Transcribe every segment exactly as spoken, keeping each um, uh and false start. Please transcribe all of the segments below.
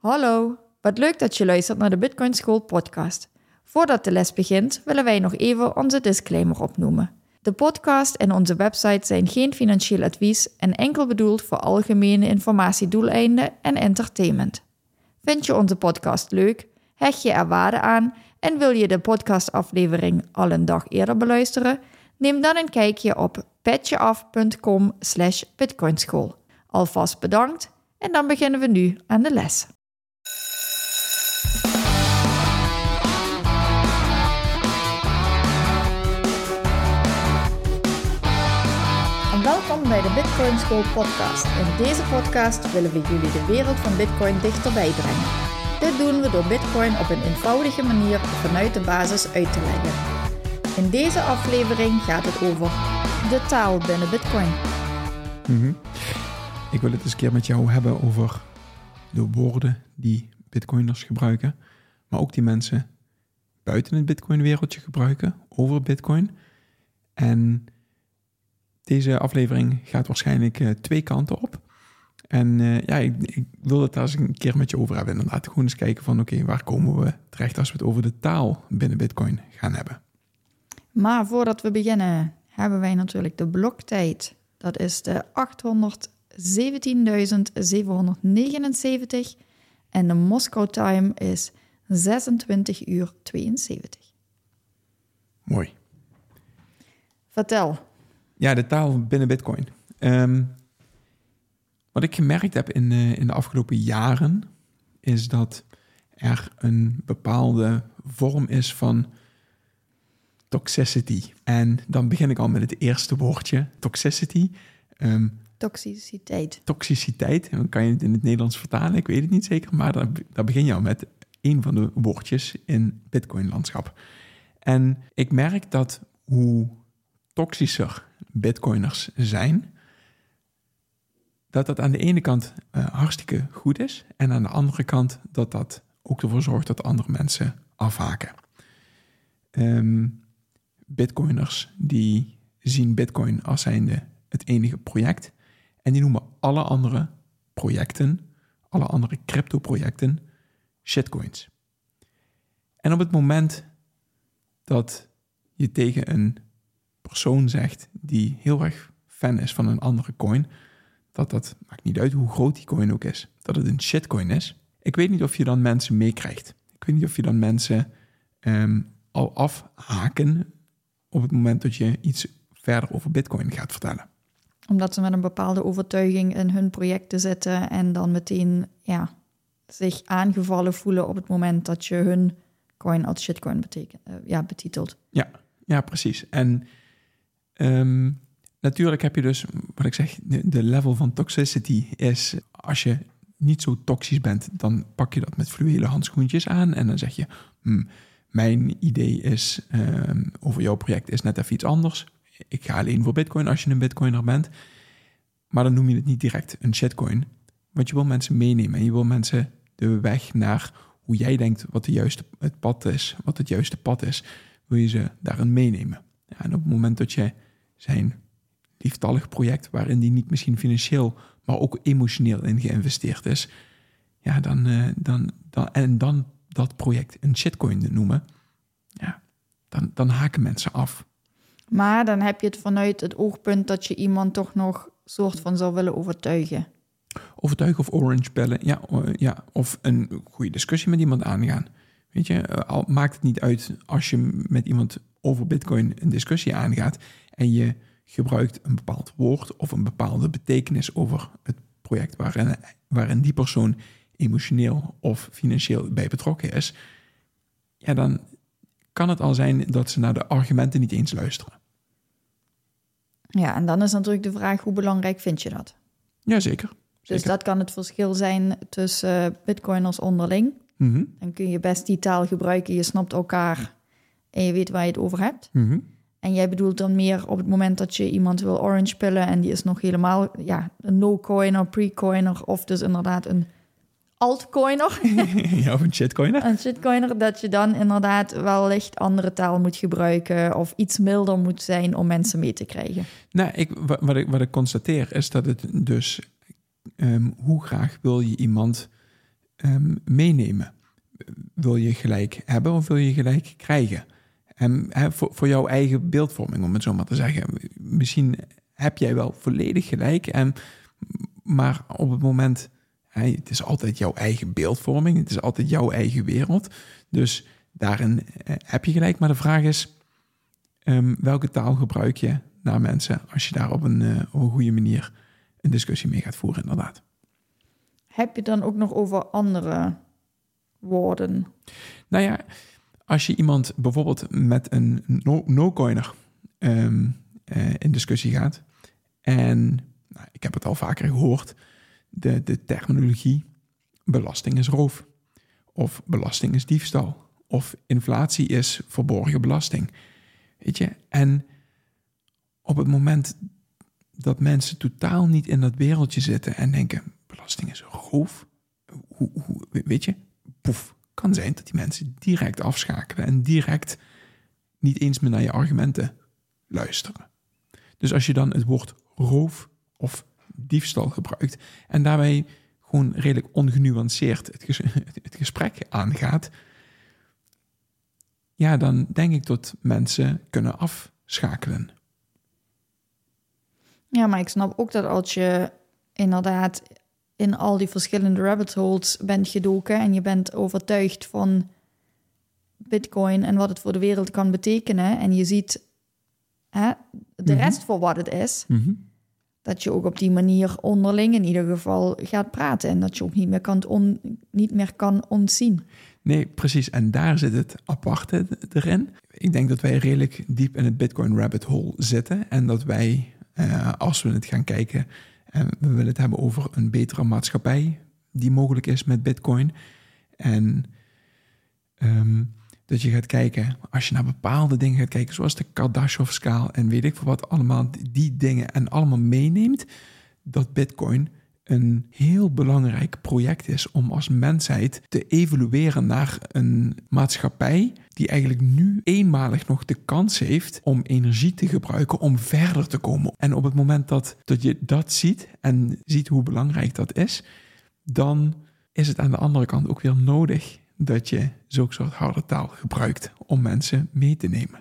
Hallo, wat leuk dat je luistert naar de Bitcoin School podcast. Voordat de les begint, willen wij nog even onze disclaimer opnoemen. De podcast en onze website zijn geen financieel advies en enkel bedoeld voor algemene informatiedoeleinden en entertainment. Vind je onze podcast leuk? Hecht je er waarde aan en wil je de podcastaflevering al een dag eerder beluisteren? Neem dan een kijkje op petjeaf.com slash bitcoinschool. Alvast bedankt en dan beginnen we nu aan de les. Welkom bij de Bitcoin School podcast. In deze podcast willen we jullie de wereld van Bitcoin dichterbij brengen. Dit doen we door Bitcoin op een eenvoudige manier vanuit de basis uit te leggen. In deze aflevering gaat het over de taal binnen Bitcoin. Mm-hmm. Ik wil het eens een keer met jou hebben over de woorden die Bitcoiners gebruiken, maar ook die mensen buiten het Bitcoin-wereldje gebruiken over Bitcoin. En deze aflevering gaat waarschijnlijk uh, twee kanten op. En uh, ja, ik, ik wil het daar eens een keer met je over hebben. Inderdaad, gewoon eens kijken van oké, okay, waar komen we terecht als we het over de taal binnen Bitcoin gaan hebben. Maar voordat we beginnen, hebben wij natuurlijk de bloktijd. Dat is de achthonderdzeventienduizend zevenhonderdnegenenzeventig en de Moscow time is zesentwintig uur tweeënzeventig. Mooi. Vertel. Ja, de taal binnen Bitcoin. Um, wat ik gemerkt heb in, uh, in de afgelopen jaren is dat er een bepaalde vorm is van toxicity. En dan begin ik al met het eerste woordje, toxicity. Um, Toxiciteit. Toxiciteit, dan kan je het in het Nederlands vertalen, ik weet het niet zeker, maar daar, daar begin je al met een van de woordjes in Bitcoin-landschap. En ik merk dat hoe toxischer Bitcoiners zijn, dat dat aan de ene kant uh, hartstikke goed is en aan de andere kant dat dat ook ervoor zorgt dat andere mensen afhaken. Um, Bitcoiners die zien Bitcoin als zijnde het enige project en die noemen alle andere projecten, alle andere crypto-projecten, shitcoins. En op het moment dat je tegen een persoon zegt die heel erg fan is van een andere coin, dat dat, maakt niet uit hoe groot die coin ook is, dat het een shitcoin is. Ik weet niet of je dan mensen meekrijgt. Ik weet niet of je dan mensen um, al afhaken op het moment dat je iets verder over Bitcoin gaat vertellen. Omdat ze met een bepaalde overtuiging in hun projecten zitten en dan meteen ja, zich aangevallen voelen op het moment dat je hun coin als shitcoin betekent, uh, ja, betitelt. Ja, ja, precies. En um, natuurlijk heb je dus, wat ik zeg, de, de level van toxicity is, als je niet zo toxisch bent, dan pak je dat met fluwelen handschoentjes aan en dan zeg je, hm, mijn idee is, um, over jouw project is net even iets anders. Ik ga alleen voor Bitcoin als je een Bitcoiner bent. Maar dan noem je het niet direct een shitcoin. Want je wil mensen meenemen en je wil mensen de weg naar hoe jij denkt wat de juiste, het pad is, wat het juiste pad is, wil je ze daarin meenemen. Ja, en op het moment dat je zijn lieftallig project, waarin die niet misschien financieel, maar ook emotioneel in geïnvesteerd is, ja, dan, uh, dan, dan, en dan dat project een shitcoin noemen, ja, dan, dan haken mensen af. Maar dan heb je het vanuit het oogpunt dat je iemand toch nog soort van zou willen overtuigen. Overtuigen of orange bellen, ja, uh, ja, of een goede discussie met iemand aangaan. Weet je, uh, al maakt het niet uit als je met iemand over Bitcoin een discussie aangaat en je gebruikt een bepaald woord of een bepaalde betekenis over het project waarin, waarin die persoon emotioneel of financieel bij betrokken is, ja, dan kan het al zijn dat ze naar de argumenten niet eens luisteren. Ja, en dan is natuurlijk de vraag, hoe belangrijk vind je dat? Jazeker. Dus dat kan het verschil zijn tussen uh, Bitcoiners onderling. Mm-hmm. Dan kun je best die taal gebruiken, je snapt elkaar en je weet waar je het over hebt. Mm-hmm. En jij bedoelt dan meer op het moment dat je iemand wil orange pillen en die is nog helemaal ja, een no-coiner, pre-coiner of dus inderdaad een altcoiner. Ja, of een shitcoiner. Een shitcoiner, dat je dan inderdaad wellicht andere taal moet gebruiken of iets milder moet zijn om mensen mee te krijgen. Nou, ik, wat, ik, wat ik constateer is dat het dus, um, hoe graag wil je iemand um, meenemen? Wil je gelijk hebben of wil je gelijk krijgen? En he, voor, voor jouw eigen beeldvorming, om het zo maar te zeggen. Misschien heb jij wel volledig gelijk, en, maar op het moment... He, het is altijd jouw eigen beeldvorming, het is altijd jouw eigen wereld. Dus daarin eh, heb je gelijk, maar de vraag is... Um, welke taal gebruik je naar mensen als je daar op een, uh, op een goede manier een discussie mee gaat voeren, inderdaad. Heb je dan ook nog over andere woorden? Nou ja, als je iemand bijvoorbeeld met een no- no-coiner um, uh, in discussie gaat, en nou, ik heb het al vaker gehoord, de, de terminologie belasting is roof, of belasting is diefstal, of inflatie is verborgen belasting. Weet je, en op het moment dat mensen totaal niet in dat wereldje zitten en denken, belasting is roof, hoe, hoe, weet je, poef, kan zijn dat die mensen direct afschakelen en direct niet eens meer naar je argumenten luisteren. Dus als je dan het woord roof of diefstal gebruikt en daarbij gewoon redelijk ongenuanceerd het, ges- het gesprek aangaat, ja, dan denk ik dat mensen kunnen afschakelen. Ja, maar ik snap ook dat als je inderdaad in al die verschillende rabbit holes bent gedoken en je bent overtuigd van Bitcoin en wat het voor de wereld kan betekenen en je ziet hè, de Mm-hmm. rest voor wat het is, Mm-hmm. dat je ook op die manier onderling in ieder geval gaat praten en dat je ook niet meer kan, on, niet meer kan ontzien. Nee, precies. En daar zit het aparte erin. Ik denk dat wij redelijk diep in het Bitcoin rabbit hole zitten en dat wij, uh, als we het gaan kijken, en we willen het hebben over een betere maatschappij die mogelijk is met Bitcoin. En um, dat je gaat kijken, als je naar bepaalde dingen gaat kijken, zoals de Kardashev-schaal en weet ik veel wat, allemaal die dingen en allemaal meeneemt, dat Bitcoin een heel belangrijk project is om als mensheid te evolueren naar een maatschappij die eigenlijk nu eenmalig nog de kans heeft om energie te gebruiken om verder te komen. En op het moment dat, dat je dat ziet en ziet hoe belangrijk dat is, dan is het aan de andere kant ook weer nodig dat je zulke soort harde taal gebruikt om mensen mee te nemen.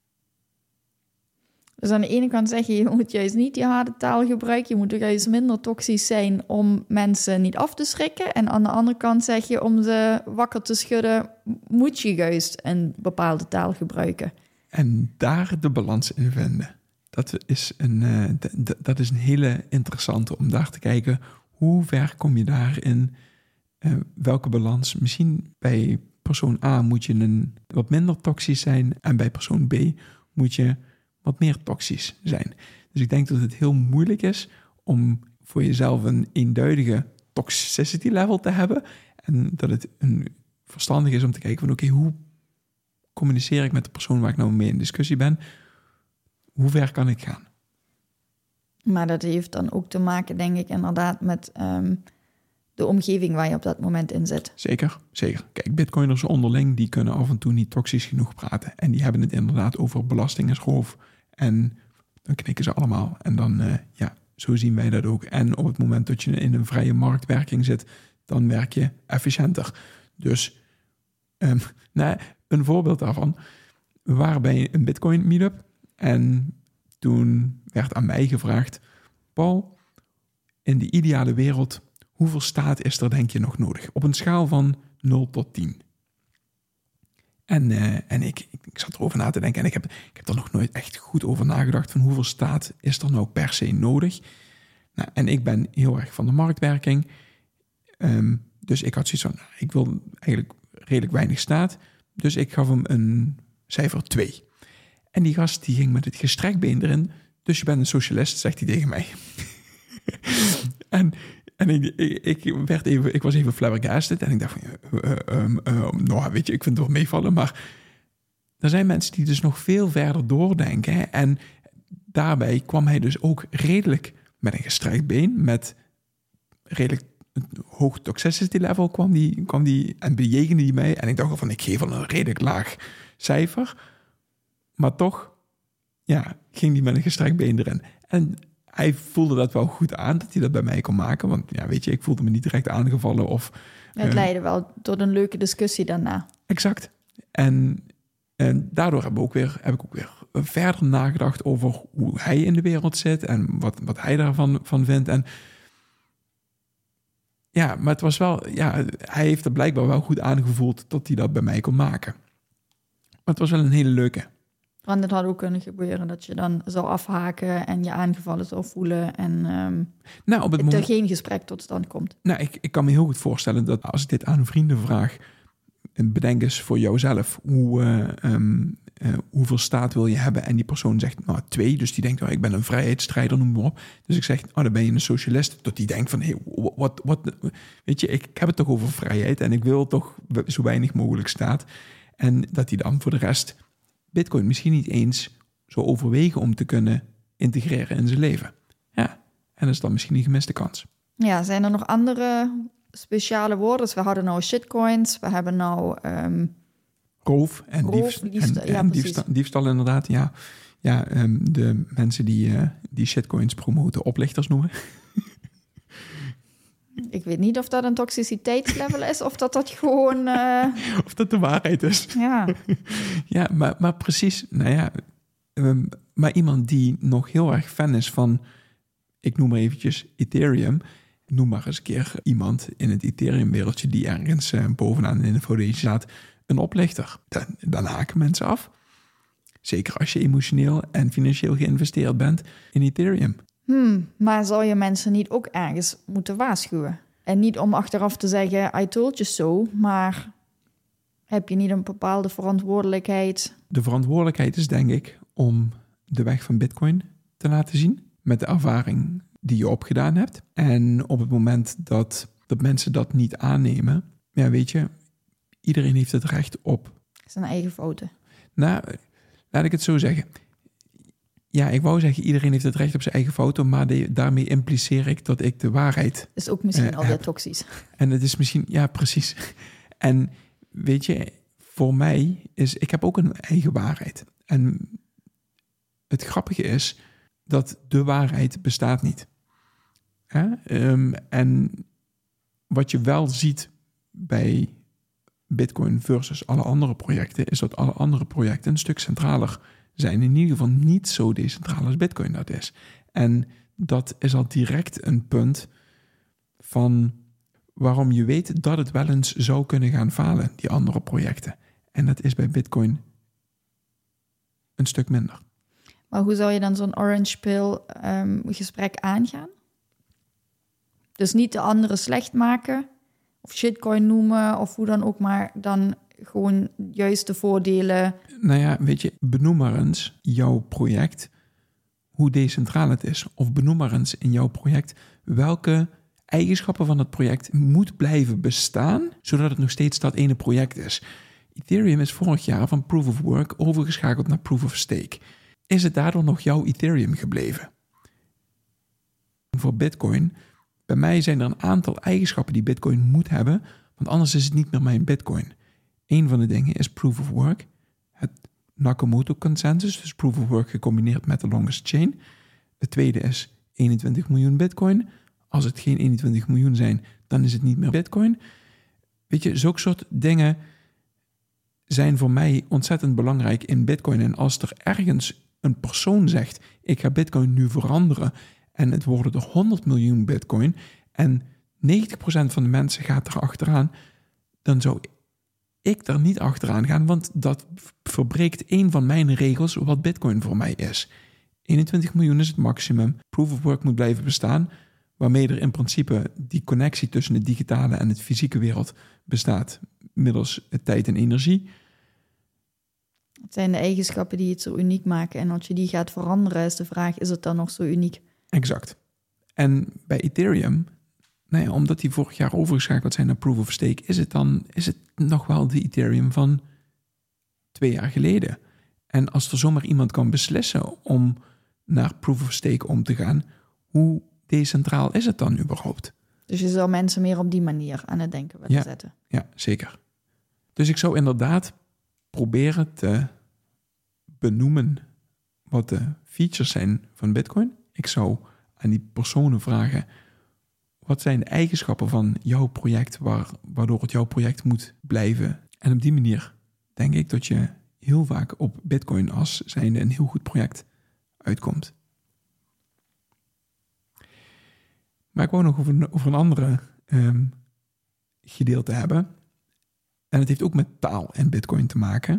Dus aan de ene kant zeg je, je moet juist niet die harde taal gebruiken. Je moet juist minder toxisch zijn om mensen niet af te schrikken. En aan de andere kant zeg je, om ze wakker te schudden, moet je juist een bepaalde taal gebruiken. En daar de balans in vinden. Dat is een, uh, d- d- dat is een hele interessante om daar te kijken. Hoe ver kom je daarin? Uh, welke balans? Misschien bij persoon A moet je een wat minder toxisch zijn. En bij persoon B moet je wat meer toxisch zijn. Dus ik denk dat het heel moeilijk is om voor jezelf een eenduidige toxicity level te hebben. En dat het een verstandig is om te kijken van oké, okay, hoe communiceer ik met de persoon waar ik nou mee in discussie ben? Hoe ver kan ik gaan? Maar dat heeft dan ook te maken, denk ik, inderdaad met um, de omgeving waar je op dat moment in zit. Zeker, zeker. Kijk, bitcoiners onderling, die kunnen af en toe niet toxisch genoeg praten. En die hebben het inderdaad over belasting en roof. En dan knikken ze allemaal. En dan, uh, ja, zo zien wij dat ook. En op het moment dat je in een vrije marktwerking zit, dan werk je efficiënter. Dus, um, nou, een voorbeeld daarvan. We waren bij een Bitcoin meetup. En toen werd aan mij gevraagd, Paul, in de ideale wereld, hoeveel staat is er denk je nog nodig? Op een schaal van nul tot tien. En, uh, en ik, ik, ik zat erover na te denken en ik heb, ik heb er nog nooit echt goed over nagedacht van hoeveel staat is er nou per se nodig. Nou, en ik ben heel erg van de marktwerking. Um, dus ik had zoiets van, ik wil eigenlijk redelijk weinig staat. Dus ik gaf hem een cijfer twee. En die gast die ging met het gestrekt been erin. Dus je bent een socialist, zegt hij tegen mij. en en ik, ik, ik, werd even, ik was even flabbergasted. En ik dacht van, uh, um, uh, nou weet je, ik vind het wel meevallen. Maar er zijn mensen die dus nog veel verder doordenken. Hè? En daarbij kwam hij dus ook redelijk met een gestrekt been. Met redelijk hoog toxicity level kwam die, kwam die en bejegende die mij. En ik dacht van, ik geef al een redelijk laag cijfer. Maar toch, ja, ging die met een gestrekt been erin. En hij voelde dat wel goed aan, dat hij dat bij mij kon maken. Want ja, weet je, ik voelde me niet direct aangevallen of Het uh, leidde wel tot een leuke discussie daarna. Exact. En, en daardoor heb ik, ook weer, heb ik ook weer verder nagedacht over hoe hij in de wereld zit en wat, wat hij daarvan van vindt. En ja, maar het was wel, ja, hij heeft er blijkbaar wel goed aangevoeld dat hij dat bij mij kon maken. Maar het was wel een hele leuke. Want het had ook kunnen gebeuren dat je dan zou afhaken en je aangevallen zou voelen en um, nou, op het moment, er geen gesprek tot stand komt. Nou, ik, ik kan me heel goed voorstellen dat als ik dit aan vrienden vraag, bedenk eens voor jouzelf, hoe, uh, um, uh, hoeveel staat wil je hebben? En die persoon zegt, nou, twee. Dus die denkt, oh, ik ben een vrijheidsstrijder, noem maar op. Dus ik zeg, oh, dan ben je een socialist. Dat die denkt van, hey, wat, wat, weet je, ik, ik heb het toch over vrijheid en ik wil toch zo weinig mogelijk staat. En dat hij dan voor de rest Bitcoin misschien niet eens zo overwegen om te kunnen integreren in zijn leven. Ja, en dat is dan misschien een gemiste kans. Ja, zijn er nog andere speciale woorden? Dus we hadden nou shitcoins, we hebben nou Um... roof en, roof, diefstal, liefst, en, ja, en diefstal, diefstal inderdaad, ja. Ja, um, de mensen die, uh, die shitcoins promoten oplichters noemen. Ik weet niet of dat een toxiciteitslevel is of dat dat gewoon Uh... Of dat de waarheid is. Ja, ja maar, maar precies, nou ja, um, maar iemand die nog heel erg fan is van, ik noem maar eventjes Ethereum, noem maar eens een keer iemand in het Ethereum-wereldje die ergens uh, bovenaan in de foundation staat, een oplichter. Dan, dan haken mensen af. Zeker als je emotioneel en financieel geïnvesteerd bent in Ethereum. Hmm, maar zou je mensen niet ook ergens moeten waarschuwen? En niet om achteraf te zeggen, I told you so, maar heb je niet een bepaalde verantwoordelijkheid? De verantwoordelijkheid is denk ik om de weg van Bitcoin te laten zien met de ervaring die je opgedaan hebt. En op het moment dat, dat mensen dat niet aannemen, ja, weet je, iedereen heeft het recht op zijn eigen fouten. Nou, laat ik het zo zeggen. Ja, ik wou zeggen, iedereen heeft het recht op zijn eigen foto, maar de, daarmee impliceer ik dat ik de waarheid is ook misschien uh, alweer toxisch. En het is misschien, ja, precies. En weet je, voor mij is, ik heb ook een eigen waarheid. En het grappige is dat de waarheid bestaat niet. Hè? Um, en wat je wel ziet bij Bitcoin versus alle andere projecten, is dat alle andere projecten een stuk centraler zijn. In ieder geval niet zo decentraal als Bitcoin dat is. En dat is al direct een punt van waarom je weet dat het wel eens zou kunnen gaan falen, die andere projecten. En dat is bij Bitcoin een stuk minder. Maar hoe zou je dan zo'n orange pill um, gesprek aangaan? Dus niet de anderen slecht maken of shitcoin noemen of hoe dan ook, maar dan gewoon juist de voordelen. Nou ja, weet je, benoem maar eens jouw project, hoe decentraal het is. Of benoem maar eens in jouw project welke eigenschappen van het project moet blijven bestaan, zodat het nog steeds dat ene project is. Ethereum is vorig jaar van Proof of Work overgeschakeld naar Proof of Stake. Is het daardoor nog jouw Ethereum gebleven? Voor Bitcoin, bij mij zijn er een aantal eigenschappen die Bitcoin moet hebben, want anders is het niet meer mijn Bitcoin. Een van de dingen is Proof of Work, het Nakamoto-consensus, dus Proof of Work gecombineerd met de longest chain. Het tweede is eenentwintig miljoen Bitcoin. Als het geen eenentwintig miljoen zijn, dan is het niet meer Bitcoin. Weet je, zulke soort dingen zijn voor mij ontzettend belangrijk in Bitcoin. En als er ergens een persoon zegt, ik ga Bitcoin nu veranderen en het worden er honderd miljoen Bitcoin en negentig procent van de mensen gaat er achteraan, dan zou ik er niet achteraan gaan, want dat verbreekt een van mijn regels wat Bitcoin voor mij is. eenentwintig miljoen is het maximum. Proof of Work moet blijven bestaan, waarmee er in principe die connectie tussen de digitale en het fysieke wereld bestaat, middels tijd en energie. Het zijn de eigenschappen die het zo uniek maken. En als je die gaat veranderen, is de vraag, is het dan nog zo uniek? Exact. En bij Ethereum, nou ja, omdat die vorig jaar overgeschakeld zijn naar Proof of Stake, is het dan is het nog wel de Ethereum van twee jaar geleden. En als er zomaar iemand kan beslissen om naar Proof of Stake om te gaan, hoe decentraal is het dan überhaupt? Dus je zou mensen meer op die manier aan het denken willen ja, zetten. Ja, zeker. Dus ik zou inderdaad proberen te benoemen wat de features zijn van Bitcoin. Ik zou aan die personen vragen, wat zijn de eigenschappen van jouw project waar, waardoor het jouw project moet blijven. En op die manier denk ik dat je heel vaak op Bitcoin als zijnde een heel goed project uitkomt. Maar ik wou nog over, over een andere um, gedeelte hebben. En het heeft ook met taal en Bitcoin te maken.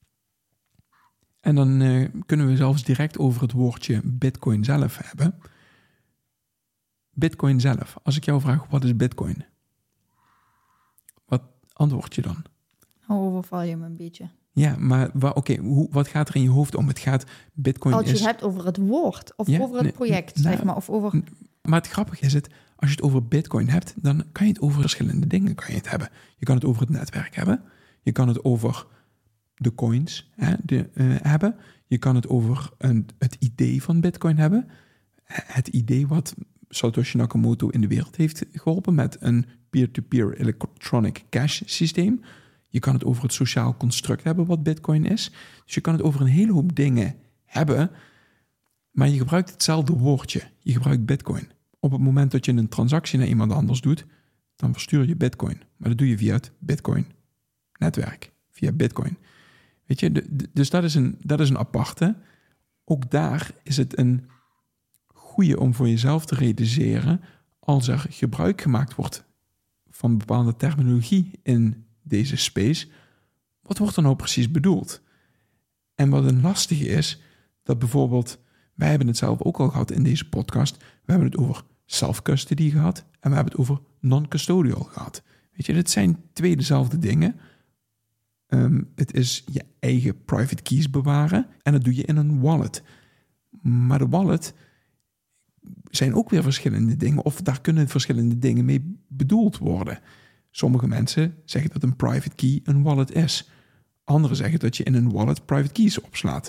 En dan uh, kunnen we zelfs direct over het woordje Bitcoin zelf hebben. Bitcoin zelf. Als ik jou vraag, wat is Bitcoin? Wat antwoord je dan? Hoe overval je me een beetje? Ja, maar oké, okay, wat gaat er in je hoofd om? Het gaat, Bitcoin Als je is... het hebt over het woord of ja, over het nee, project, nou, zeg maar. Of over... Maar het grappige is het, als je het over Bitcoin hebt, dan kan je het over verschillende dingen kan je het hebben. Je kan het over het netwerk hebben. Je kan het over de coins hè, de, uh, hebben. Je kan het over een, het idee van Bitcoin hebben. Het idee wat Satoshi Nakamoto in de wereld heeft geholpen met een peer-to-peer electronic cash systeem. Je kan het over het sociaal construct hebben wat Bitcoin is. Dus je kan het over een hele hoop dingen hebben, maar je gebruikt hetzelfde woordje. Je gebruikt Bitcoin. Op het moment dat je een transactie naar iemand anders doet, dan verstuur je Bitcoin. Maar dat doe je via het Bitcoin-netwerk, via Bitcoin. Weet je, de, de, dus dat is, een, dat is een aparte. Ook daar is het een goede om voor jezelf te realiseren, als er gebruik gemaakt wordt van bepaalde terminologie in deze space, wat wordt er nou precies bedoeld? En wat een lastige is, dat bijvoorbeeld, wij hebben het zelf ook al gehad in deze podcast, we hebben het over self-custody gehad en we hebben het over non-custodial gehad. Weet je, dit zijn twee dezelfde dingen. Um, het is je eigen private keys bewaren en dat doe je in een wallet. Maar de wallet zijn ook weer verschillende dingen, of daar kunnen verschillende dingen mee bedoeld worden. Sommige mensen zeggen dat een private key een wallet is. Anderen zeggen dat je in een wallet private keys opslaat.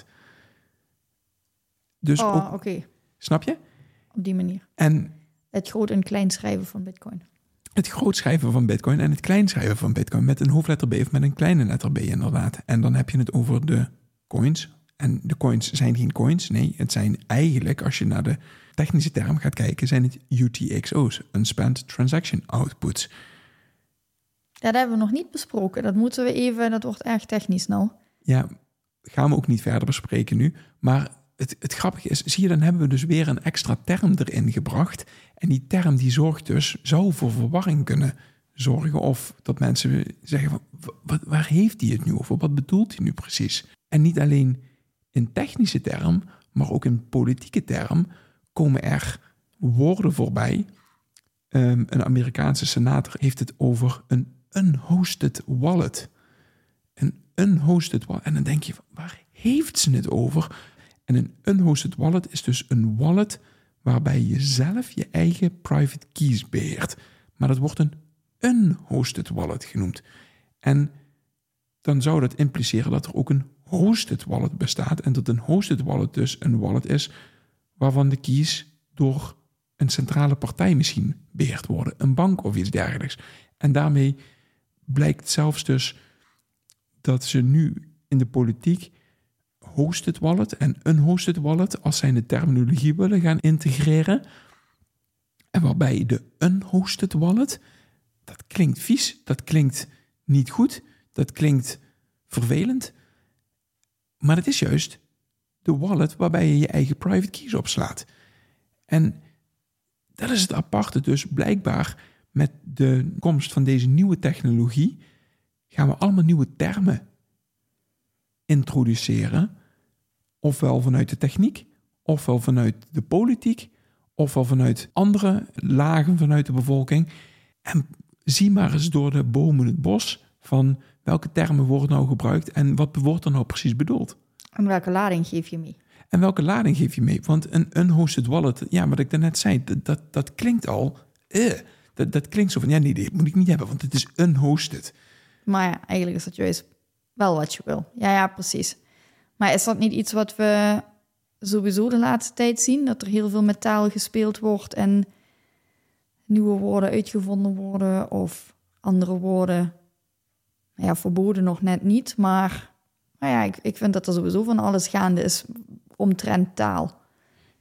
Dus oh, ook, oké. Okay. Snap je? Op die manier. En het groot en klein schrijven van Bitcoin. Het groot schrijven van Bitcoin en het klein schrijven van Bitcoin met een hoofdletter B of met een kleine letter B inderdaad. En dan heb je het over de coins. En de coins zijn geen coins. Nee, het zijn eigenlijk, als je naar de technische term gaat kijken, zijn het U T X O's, Unspent Transaction Outputs. Ja, dat hebben we nog niet besproken. Dat moeten we even, dat wordt erg technisch nou. Ja, gaan we ook niet verder bespreken nu. Maar het, het grappige is, zie je, dan hebben we dus weer een extra term erin gebracht. En die term die zorgt dus, zou voor verwarring kunnen zorgen. Of dat mensen zeggen, van, wat, waar heeft hij het nu over? Wat bedoelt hij nu precies? En niet alleen in technische term, maar ook in politieke term komen er woorden voorbij. Um, een Amerikaanse senator heeft het over een unhosted wallet. Een unhosted wallet. En dan denk je, waar heeft ze het over? En een unhosted wallet is dus een wallet waarbij je zelf je eigen private keys beheert. Maar dat wordt een unhosted wallet genoemd. En dan zou dat impliceren dat er ook een hosted wallet bestaat. En dat een hosted wallet dus een wallet is waarvan de keys door een centrale partij misschien beheerd worden. Een bank of iets dergelijks. En daarmee blijkt zelfs dus dat ze nu in de politiek hosted wallet en unhosted wallet als zijn de terminologie willen gaan integreren. En waarbij de unhosted wallet, dat klinkt vies, dat klinkt niet goed, dat klinkt vervelend. Maar het is juist de wallet waarbij je je eigen private keys opslaat. En dat is het aparte. Dus blijkbaar met de komst van deze nieuwe technologie gaan we allemaal nieuwe termen introduceren. Ofwel vanuit de techniek, ofwel vanuit de politiek, ofwel vanuit andere lagen vanuit de bevolking. En zie maar eens door de bomen het bos van welke termen worden nou gebruikt en wat wordt er nou precies bedoeld. En welke lading geef je mee? En welke lading geef je mee? Want een unhosted wallet, ja, wat ik daarnet zei, dat, dat, dat klinkt al, uh, dat, dat klinkt zo van, ja, nee, dit moet ik niet hebben, want het is unhosted. Maar ja, eigenlijk is dat juist wel wat je wil. Ja, ja, precies. Maar is dat niet iets wat we sowieso de laatste tijd zien? Dat er heel veel met taal gespeeld wordt en nieuwe woorden uitgevonden worden of andere woorden, ja, verboden nog net niet, maar nou ja, ik, ik vind dat er sowieso van alles gaande is omtrent taal.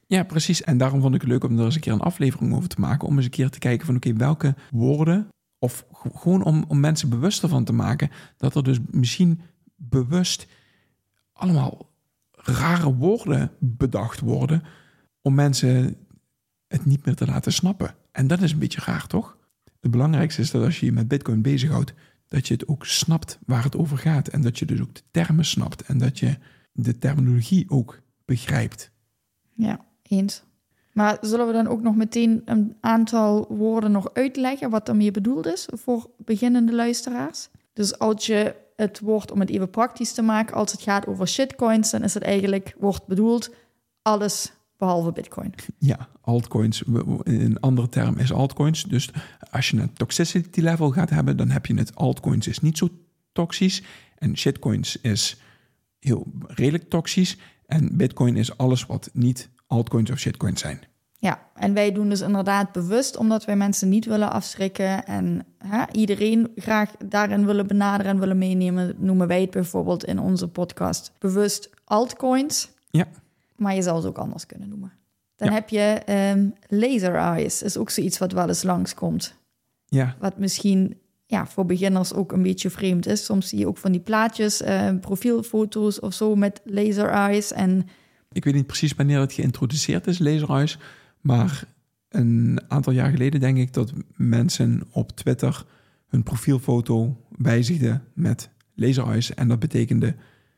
Ja, precies. En daarom vond ik het leuk om er eens een keer een aflevering over te maken. Om eens een keer te kijken van oké, okay, welke woorden... Of g- gewoon om, om mensen bewust ervan te maken... dat er dus misschien bewust allemaal rare woorden bedacht worden... om mensen het niet meer te laten snappen. En dat is een beetje raar, toch? Het belangrijkste is dat als je je met Bitcoin bezighoudt... dat je het ook snapt waar het over gaat. En dat je dus ook de termen snapt. En dat je de terminologie ook begrijpt. Ja, eens. Maar zullen we dan ook nog meteen een aantal woorden nog uitleggen... wat ermee bedoeld is voor beginnende luisteraars? Dus als je het woord, om het even praktisch te maken... als het gaat over shitcoins, dan is het eigenlijk, wordt bedoeld... alles behalve Bitcoin. Ja, altcoins. Een andere term is altcoins. Dus als je een toxicity level gaat hebben... dan heb je het altcoins is niet zo toxisch. En shitcoins is heel redelijk toxisch. En Bitcoin is alles wat niet altcoins of shitcoins zijn. Ja, en wij doen dus inderdaad bewust... omdat wij mensen niet willen afschrikken... en hè, iedereen graag daarin willen benaderen en willen meenemen... noemen wij het bijvoorbeeld in onze podcast bewust altcoins... Ja. Maar je zou het ook anders kunnen noemen. Dan ja. heb je um, laser eyes. Dat is ook zoiets wat wel eens langskomt. Ja. Wat misschien ja, voor beginners ook een beetje vreemd is. Soms zie je ook van die plaatjes, uh, profielfoto's of zo met laser eyes. En... Ik weet niet precies wanneer het geïntroduceerd is, laser eyes. Maar een aantal jaar geleden denk ik dat mensen op Twitter hun profielfoto wijzigden met laser eyes. En dat betekende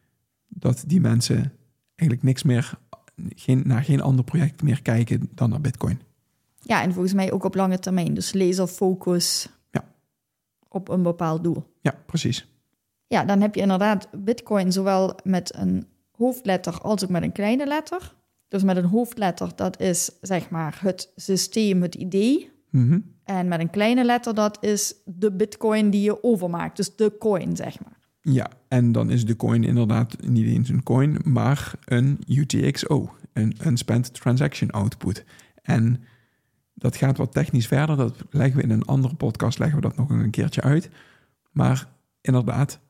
dat die mensen eigenlijk niks meer, geen, naar geen ander project meer kijken dan naar Bitcoin. Ja, en volgens mij ook op lange termijn. Dus laser focus ja. op een bepaald doel. Ja, precies. Ja, dan heb je inderdaad Bitcoin zowel met een hoofdletter als ook met een kleine letter. Dus met een hoofdletter, dat is zeg maar het systeem, het idee. Mm-hmm. En met een kleine letter, dat is de Bitcoin die je overmaakt. Dus de coin, zeg maar. Ja, en dan is de coin inderdaad niet eens een coin, maar een U T X O, een Unspent Transaction Output. En dat gaat wat technisch verder, dat leggen we in een andere podcast, leggen we dat nog een keertje uit. Maar inderdaad,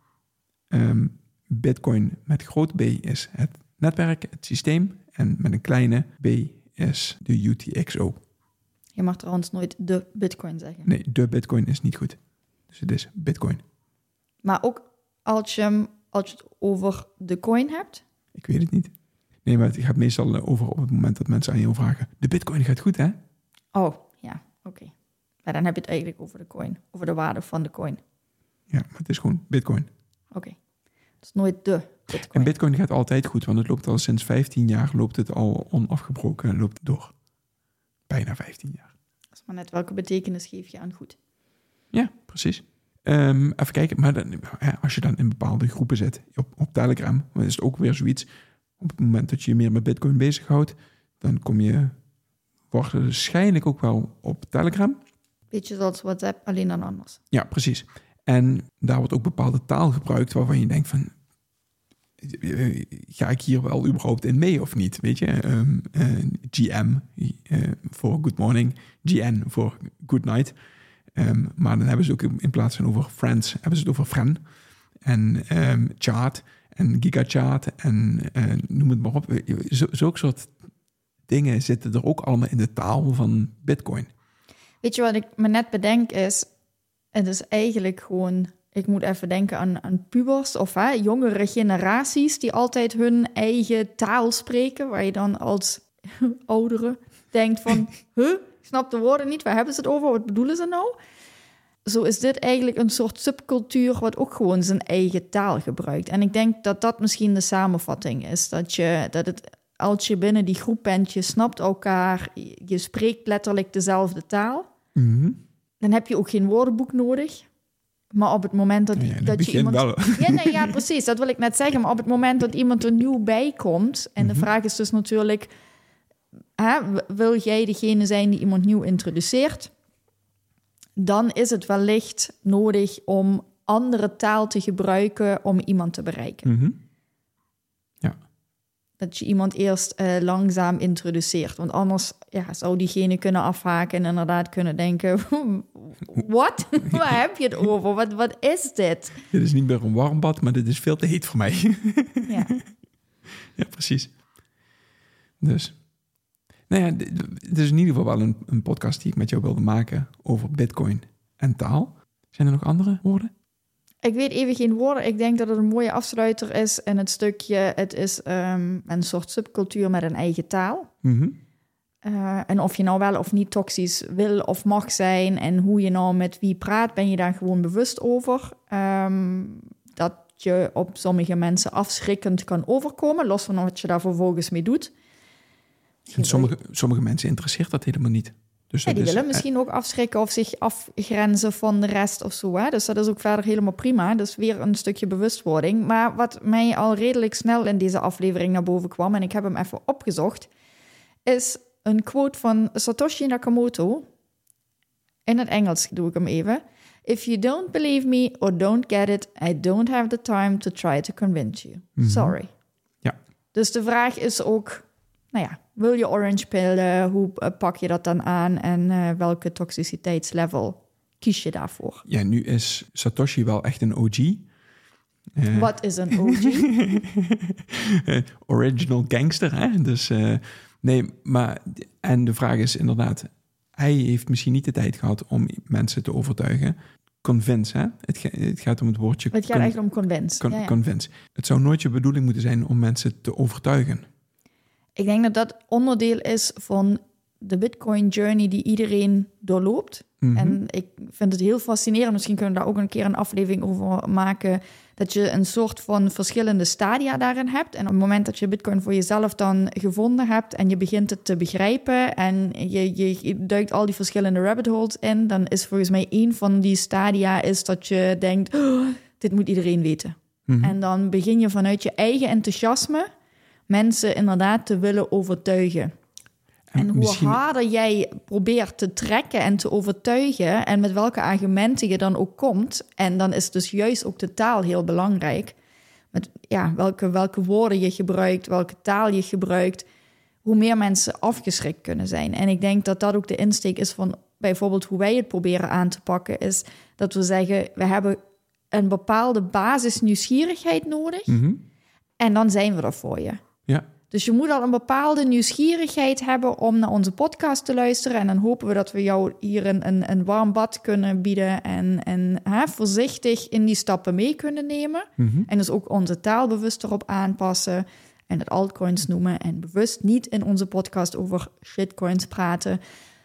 um, Bitcoin met groot B is het netwerk, het systeem, en met een kleine b is de U T X O. Je mag trouwens nooit de Bitcoin zeggen. Nee, de Bitcoin is niet goed. Dus het is Bitcoin. Maar ook als je, als je het over de coin hebt? Ik weet het niet. Nee, maar het gaat meestal over op het moment dat mensen aan jou vragen... De Bitcoin gaat goed, hè? Oh, ja, oké. Okay. Maar dan heb je het eigenlijk over de coin. Over de waarde van de coin. Ja, maar het is gewoon Bitcoin. Oké. Okay. Het is nooit de Bitcoin. En Bitcoin gaat altijd goed, want het loopt al sinds vijftien jaar... loopt het al onafgebroken en loopt door. Bijna vijftien jaar. Dat is maar net welke betekenis geef je aan goed. Ja, precies. Um, even kijken, maar dan, als je dan in bepaalde groepen zit, op, op Telegram, dan is het ook weer zoiets. Op het moment dat je je meer met Bitcoin bezighoudt, dan kom je waarschijnlijk ook wel op Telegram. Beetje zoals WhatsApp, alleen dan anders. Ja, precies. En daar wordt ook bepaalde taal gebruikt waarvan je denkt van, ga ik hier wel überhaupt in mee of niet? Weet je, um, uh, G M uh, voor good morning, G N voor good night. Um, maar dan hebben ze ook in plaats van over friends, hebben ze het over friend. En um, chart en gigachart en uh, noem het maar op. Zo, zulke soort dingen zitten er ook allemaal in de taal van Bitcoin. Weet je wat ik me net bedenk is, het is eigenlijk gewoon, ik moet even denken aan, aan pubers of hè, jongere generaties die altijd hun eigen taal spreken, waar je dan als oudere denkt van, huh, ik snap de woorden niet, waar hebben ze het over, wat bedoelen ze nou? Zo is dit eigenlijk een soort subcultuur wat ook gewoon zijn eigen taal gebruikt. En ik denk dat dat misschien de samenvatting is, dat je, dat het, als je binnen die groep bent, je snapt elkaar, je spreekt letterlijk dezelfde taal, mm-hmm. Dan heb je ook geen woordenboek nodig. Maar op het moment dat, ja, dat je iemand... Wel. Ja, nee, ja, precies, dat wil ik net zeggen. Maar op het moment dat iemand er nieuw bij komt, en mm-hmm. de vraag is dus natuurlijk, hè, wil jij degene zijn die iemand nieuw introduceert? Dan is het wellicht nodig om andere taal te gebruiken om iemand te bereiken. Mm-hmm. Ja. Dat je iemand eerst uh, langzaam introduceert. Want anders ja, zou diegene kunnen afhaken en inderdaad kunnen denken, wat? Waar heb je het over? Wat, wat is dit? Dit is niet meer een warm bad, maar dit is veel te heet voor mij. Ja, ja, precies. Dus. Nou ja, het is in ieder geval wel een, een podcast die ik met jou wilde maken over Bitcoin en taal. Zijn er nog andere woorden? Ik weet even geen woorden. Ik denk dat het een mooie afsluiter is in het stukje... het is um, een soort subcultuur met een eigen taal. Mm-hmm. Uh, en of je nou wel of niet toxisch wil of mag zijn... en hoe je nou met wie praat, ben je daar gewoon bewust over. Um, dat je op sommige mensen afschrikkend kan overkomen... los van wat je daar vervolgens mee doet. En sommige, sommige mensen interesseert dat helemaal niet. Dus ja, die is, willen misschien ook afschrikken of zich afgrenzen van de rest of zo. Hè? Dus dat is ook verder helemaal prima. Dus weer een stukje bewustwording. Maar wat mij al redelijk snel in deze aflevering naar boven kwam... en ik heb hem even opgezocht... is een quote van Satoshi Nakamoto. In het Engels doe ik hem even. If you don't believe me or don't get it... I don't have the time to try to convince you. Mm-hmm. Sorry. Ja. Dus de vraag is ook... Nou ja, wil je orange pillen? Hoe pak je dat dan aan? En uh, welke toxiciteitslevel kies je daarvoor? Ja, nu is Satoshi wel echt een O G. Uh, Wat is een O G? Original gangster, hè? Dus uh, nee, maar... En de vraag is inderdaad... Hij heeft misschien niet de tijd gehad om mensen te overtuigen. Convince, hè? Het, ga, het gaat om het woordje... Het gaat con, echt om convince. Con, ja, ja. Convince. Het zou nooit je bedoeling moeten zijn om mensen te overtuigen. Ik denk dat dat onderdeel is van de Bitcoin journey die iedereen doorloopt. Mm-hmm. En ik vind het heel fascinerend. Misschien kunnen we daar ook een keer een aflevering over maken. Dat je een soort van verschillende stadia daarin hebt. En op het moment dat je Bitcoin voor jezelf dan gevonden hebt... en je begint het te begrijpen... en je, je duikt al die verschillende rabbit holes in... dan is volgens mij één van die stadia is dat je denkt... Oh, dit moet iedereen weten. Mm-hmm. En dan begin je vanuit je eigen enthousiasme... mensen inderdaad te willen overtuigen. En, en hoe misschien... harder jij probeert te trekken en te overtuigen... en met welke argumenten je dan ook komt... en dan is dus juist ook de taal heel belangrijk... met ja, welke, welke woorden je gebruikt, welke taal je gebruikt... hoe meer mensen afgeschrikt kunnen zijn. En ik denk dat dat ook de insteek is van... bijvoorbeeld hoe wij het proberen aan te pakken... is dat we zeggen, we hebben een bepaalde basis nieuwsgierigheid nodig... Mm-hmm. en dan zijn we er voor je. Ja. Dus je moet al een bepaalde nieuwsgierigheid hebben om naar onze podcast te luisteren. En dan hopen we dat we jou hier een, een, een warm bad kunnen bieden. En, en hè, voorzichtig in die stappen mee kunnen nemen. Mm-hmm. En dus ook onze taal bewust erop aanpassen. En het altcoins noemen. En bewust niet in onze podcast over shitcoins praten.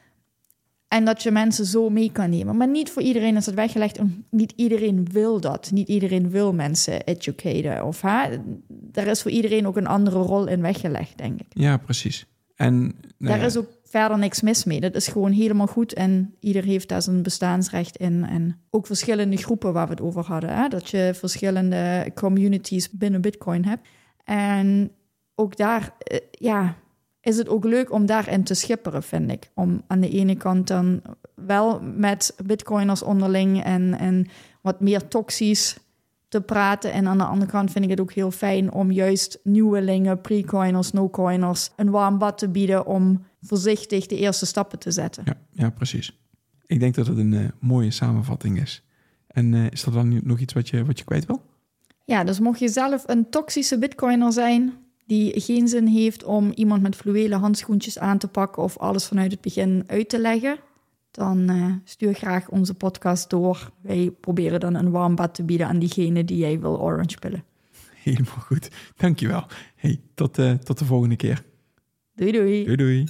En dat je mensen zo mee kan nemen. Maar niet voor iedereen is het weggelegd. Niet iedereen wil dat. Niet iedereen wil mensen educaten. Of hè, er is voor iedereen ook een andere rol in weggelegd, denk ik. Ja, precies. En nou daar ja. is ook verder niks mis mee. Dat is gewoon helemaal goed. En ieder heeft daar zijn bestaansrecht in. En ook verschillende groepen waar we het over hadden. Hè? Dat je verschillende communities binnen Bitcoin hebt. En ook daar, ja... is het ook leuk om daarin te schipperen, vind ik. Om aan de ene kant dan wel met bitcoiners onderling... en, en wat meer toxisch te praten. En aan de andere kant vind ik het ook heel fijn... om juist nieuwelingen, pre-coiners, no-coiners... een warm bad te bieden om voorzichtig de eerste stappen te zetten. Ja, ja precies. Ik denk dat het een uh, mooie samenvatting is. En uh, is dat dan nog iets wat je, wat je kwijt wil? Ja, dus mocht je zelf een toxische bitcoiner zijn... die geen zin heeft om iemand met fluwelen handschoentjes aan te pakken... of alles vanuit het begin uit te leggen... dan uh, stuur graag onze podcast door. Wij proberen dan een warm bad te bieden aan diegene die jij wil orange pillen. Helemaal goed, dankjewel. Hey, tot, uh, tot de volgende keer. Doei doei. Doei doei.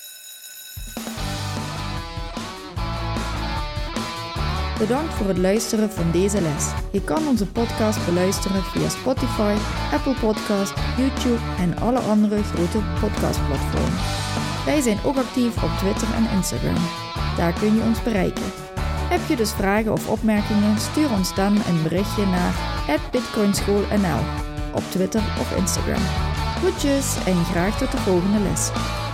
Bedankt voor het luisteren van deze les. Je kan onze podcast beluisteren via Spotify, Apple Podcast, YouTube en alle andere grote podcastplatformen. Wij zijn ook actief op Twitter en Instagram. Daar kun je ons bereiken. Heb je dus vragen of opmerkingen? Stuur ons dan een berichtje naar at bitcoinschool punt n l op Twitter of Instagram. Groetjes en graag tot de volgende les.